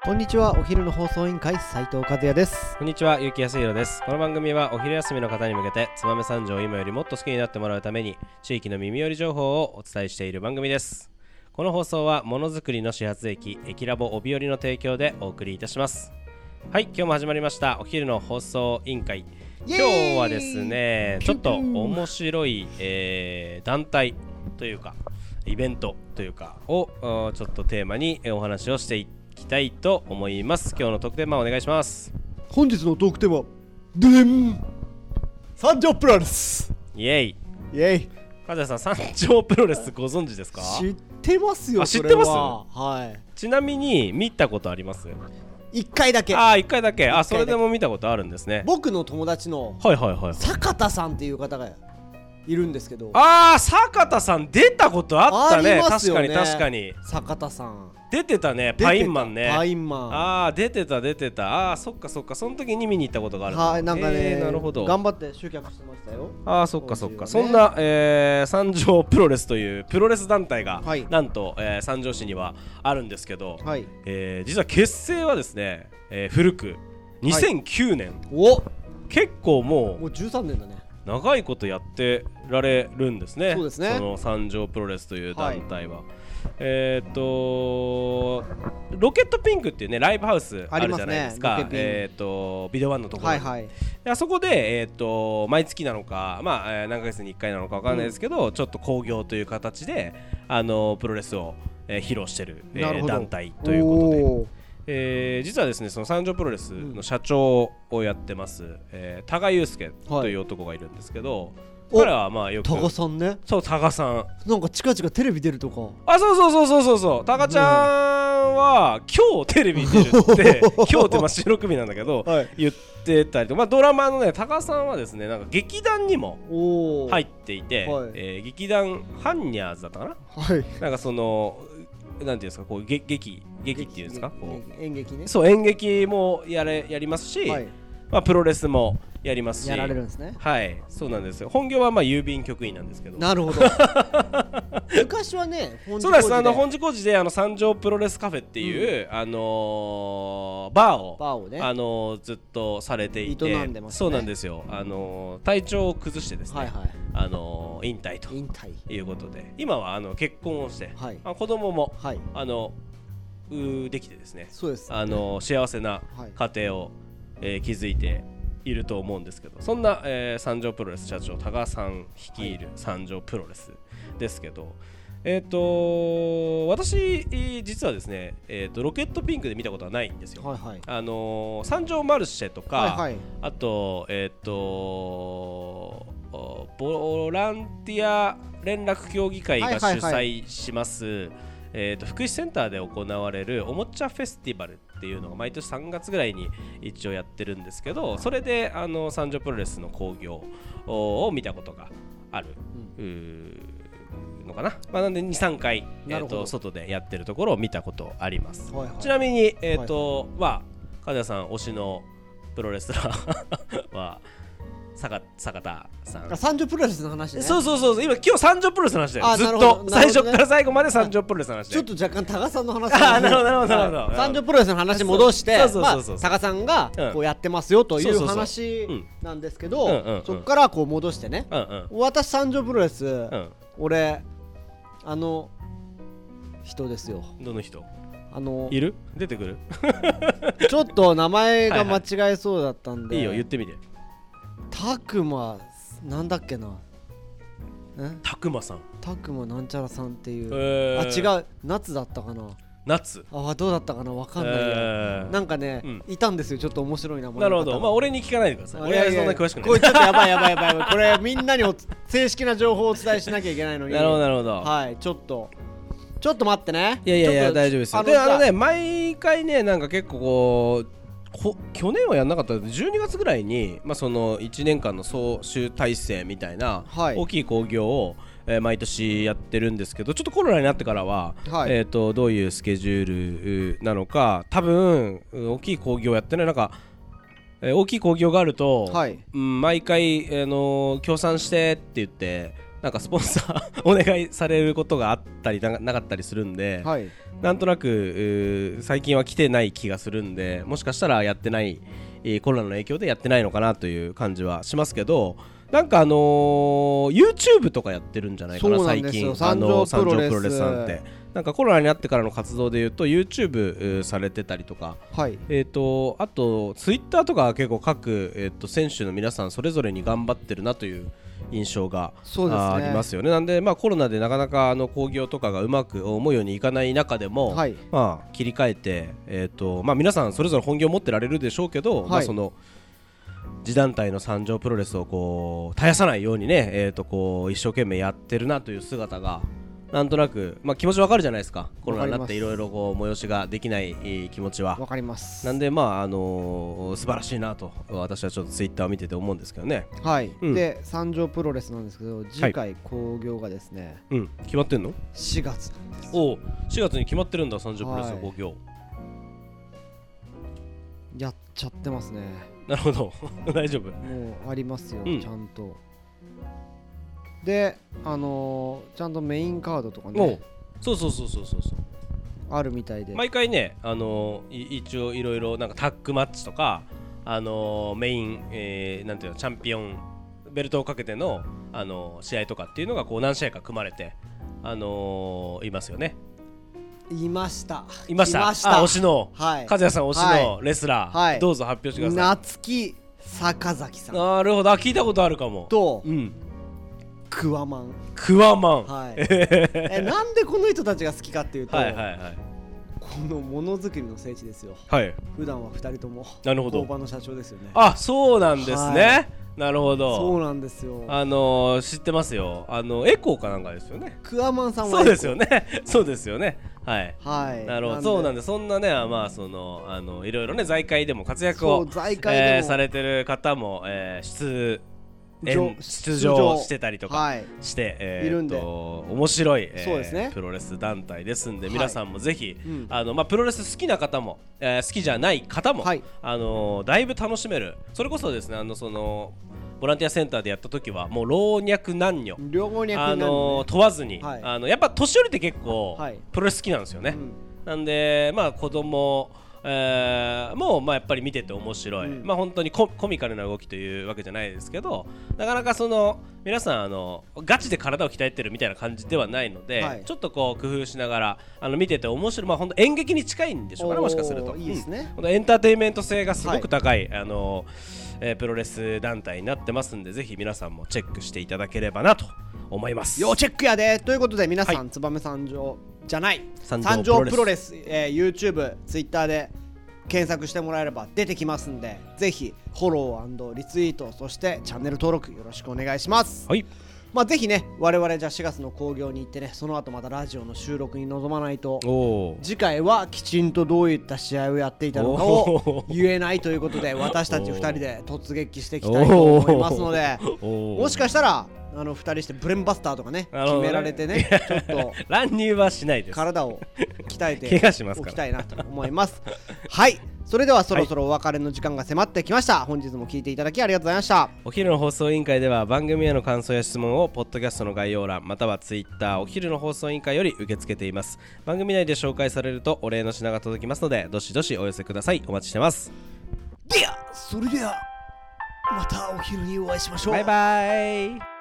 こんにちは。お昼の放送委員会斉藤和也です。 こんにちは、結城康弘です。この番組はお昼休みの方に向けて燕三条を今よりもっと好きになってもらうために地域の耳寄り情報をお伝えしている番組です。この放送はものづくりの始発駅駅ラボ帯寄りの提供でお送りいたします。はい、今日も始まりましたお昼の放送委員会。今日はですね、ちょっと面白い、団体というかイベントというかをちょっとテーマにお話をしていきたいと思います。今日の特テーマお願いします。 本日のトークテーマ、ドゥン三条プロレス。 イエイイエイ。 和也さん、三条プロレスご存知ですか？ 知ってますよ。 あ、知ってます？ はい。 ちなみに見たことあります？ 1回だけ。 1回だけ。それでも見たことあるんですね。 僕の友達の坂田さんっていう方がいるんですけど、 坂田さん出たことあったね。 ありますよね。 確かに坂田さん出てたね。パインマンね。 パインマン。 出てた。そっかその時に見に行ったことがある。 はい、なんかね、 なるほど。 頑張って集客してましたよ。 そっか、そんな、三条プロレスというプロレス団体が、なんと、三条市にはあるんですけど、実は結成はですね、古く2009年、結構もう 13年だね。 長いことやってられるんですね。 そうですね。 その三条プロレスという団体は、ロケットピンクっていうねライブハウスあるじゃないですか。ビデオワンのところに、あそこで、毎月なのか、何ヶ月に1回なのか分かんないですけど、ちょっと興行という形でプロレスを、披露してる、団体ということで、実はですね、その三条プロレスの社長をやってます、多賀祐介という男がいるんですけど、彼はよく多賀さんね。 そう、多賀さんなんか近々テレビ出るとか。 そう多賀ちゃんは今日テレビ出るって今日って収録日なんだけど、言ってたりと、ドラマのね、多賀さんはですね、なんか劇団にも入っていて、劇団ハンニャーズだったかな。なんかそのなんていうんですか、こう劇っていうんですか、こう演劇ね。 そう、演劇もやりますし、プロレスもやりますし、 やられるんですね。 はい、そうなんですよ。本業は郵便局員なんですけど。 なるほど。昔はね、 そうです。本寺小路で三条プロレスカフェっていう、バーをね、ずっとされていて、 営んでますね。 そうなんですよ。体調を崩してですね、引退ということで、今は結婚をして、子供もできてですね、幸せな家庭を築いていると思うんですけど、そんな、三条プロレス社長多賀さん率いる三条プロレスですけど、私実はですね、ロケットピンクで見たことはないんですよ。三条マルシェとか、あとボランティア連絡協議会が主催します、福祉センターで行われるおもちゃフェスティバルっていうのが毎年3月ぐらいに一応やってるんですけど、それで三条プロレスの興行を見たことがある、のかな。なんで 2,3 回、外でやってるところを見たことあります。ちなみに和也さん推しのプロレスラーは坂田さん。 三条プロレスの話ね。 そう今日三条プロレスの話だよ。ずっと最初から最後まで三条プロレスの話で、 ちょっと若干多賀さんの話。 なるほど。 三条プロレスの話戻して、多賀さんがこうやってますよという話なんですけど、そこからこう戻してね、私三条プロレス、俺人ですよ。 どの人？いる？出てくる？ ちょっと名前が間違えそうだったんで、 いいよ、言ってみて。 たくまなんだっけな、 たくまさん、 たくまなんちゃらさんっていう、違う、夏だったかな。 夏どうだったかな、わかんないや、なんかね、いたんですよ。ちょっと面白い名前。 なるほど。俺に聞かないでください。俺はそんな詳しくない。 これちょっとやばいこれみんなに正式な情報をお伝えしなきゃいけないのに。 なるほど。 はい、ちょっと待ってね。 いや大丈夫ですよ。で毎回ね、なんか結構こう去年はやんなかった12月ぐらいに、その1年間の総集大成みたいな大きい興行を、毎年やってるんですけど、ちょっとコロナになってからは、どういうスケジュールなのか、多分大きい興行やってない、なんか大きい興行があると、毎回協賛してって言ってなんかスポンサーお願いされることがあったりなかったりするんで、はい、なんとなく最近は来てない気がするんで、もしかしたらやってない、コロナの影響でやってないのかなという感じはしますけど、なんかYouTube とかやってるんじゃないかな最近。三条プロレスさんってなんかコロナになってからの活動でいうと YouTube されてたりとか、はい、あと Twitter とか結構各、選手の皆さんそれぞれに頑張ってるなという印象がありますよね。なんで、コロナでなかなか興行とかがうまく思うようにいかない中でも、はい、切り替えて、皆さんそれぞれ本業を持ってられるでしょうけど、はい、その自団体の三条プロレスをこう絶やさないようにね、こう一生懸命やってるなという姿がなんとなく、気持ちわかるじゃないですか。コロナになっていろいろ催しができない気持ちはわかります。 なんで素晴らしいなと私はちょっとツイッターを見てて思うんですけどね。 はい、で三条プロレスなんですけど、次回興行がですね、 はい、決まってんの ？4月なんです。 お、4月に決まってるんだ。三条プロレスの興行、はい、 やっちゃってますね。 なるほど大丈夫。もうありますよ、ちゃんと。でちゃんとメインカードとかね、 そうあるみたいで、 毎回ね一応いろいろなんかタッグマッチとかメイン、なんていうのチャンピオンベルトをかけての試合とかっていうのがこう何試合か組まれていますよね。 いました。 推しの、 はい、 和也さん推しのレスラー、はい、どうぞ発表してください。 夏木坂崎さん。 なるほど、聞いたことあるかも。 と、クワマン、はいなんでこの人たちが好きかっていうと、はいはいはい、このものづくりの聖地ですよ。はい、普段は2人とも工場の社長ですよね。 あ、そうなんですね、はい、なるほど。 そうなんですよ。 知ってますよ。エコーかなんかですよね。 クワマンさんはそうですよねそうですよね。はい、 はい、 なるほど。そうなんで、そんなね、いろいろね財界でも活躍をされてる方も、出場してたりとかして、いるんで面白い、プロレス団体ですんで、皆さんもぜひ、プロレス好きな方も、好きじゃない方も、だいぶ楽しめる。それこそですね、ボランティアセンターでやった時はもう老若男女問わずに、やっぱ年寄りって結構、プロレス好きなんですよね。なんで子供もうやっぱり見てて面白い、本当にコミカルな動きというわけじゃないですけど、なかなか皆さんガチで体を鍛えてるみたいな感じではないので、ちょっとこう工夫しながら見てて面白い、本当演劇に近いんでしょうかね、もしかすると。いいですね。エンターテインメント性がすごく高い、プロレス団体になってますんで、ぜひ皆さんもチェックしていただければなと思います。 要チェックやで。ということで皆さん、燕三条じゃない三条プロレス、YouTube、Twitter で検索してもらえれば出てきますんで、ぜひフォロー&リツイート、そしてチャンネル登録よろしくお願いします。はい、ぜひね、我々じゃあ4月の興行に行ってね、その後またラジオの収録に臨まないと、次回はきちんとどういった試合をやっていたのかを言えないということで、私たち2人で突撃していきたいと思いますので、もしかしたら2人してブレンバスターとかね、決められてね、ちょっと乱入はしないです。 体を鍛えて怪我しますからおきたいなと思いますはい、それではそろそろお別れの時間が迫ってきました。本日も聞いていただきありがとうございました。 お昼の放送委員会では番組への感想や質問をポッドキャストの概要欄またはツイッターお昼の放送委員会より受け付けています。番組内で紹介されるとお礼の品が届きますので、どしどしお寄せください。お待ちしてます。 ではそれではまたお昼にお会いしましょう。 バイバイ。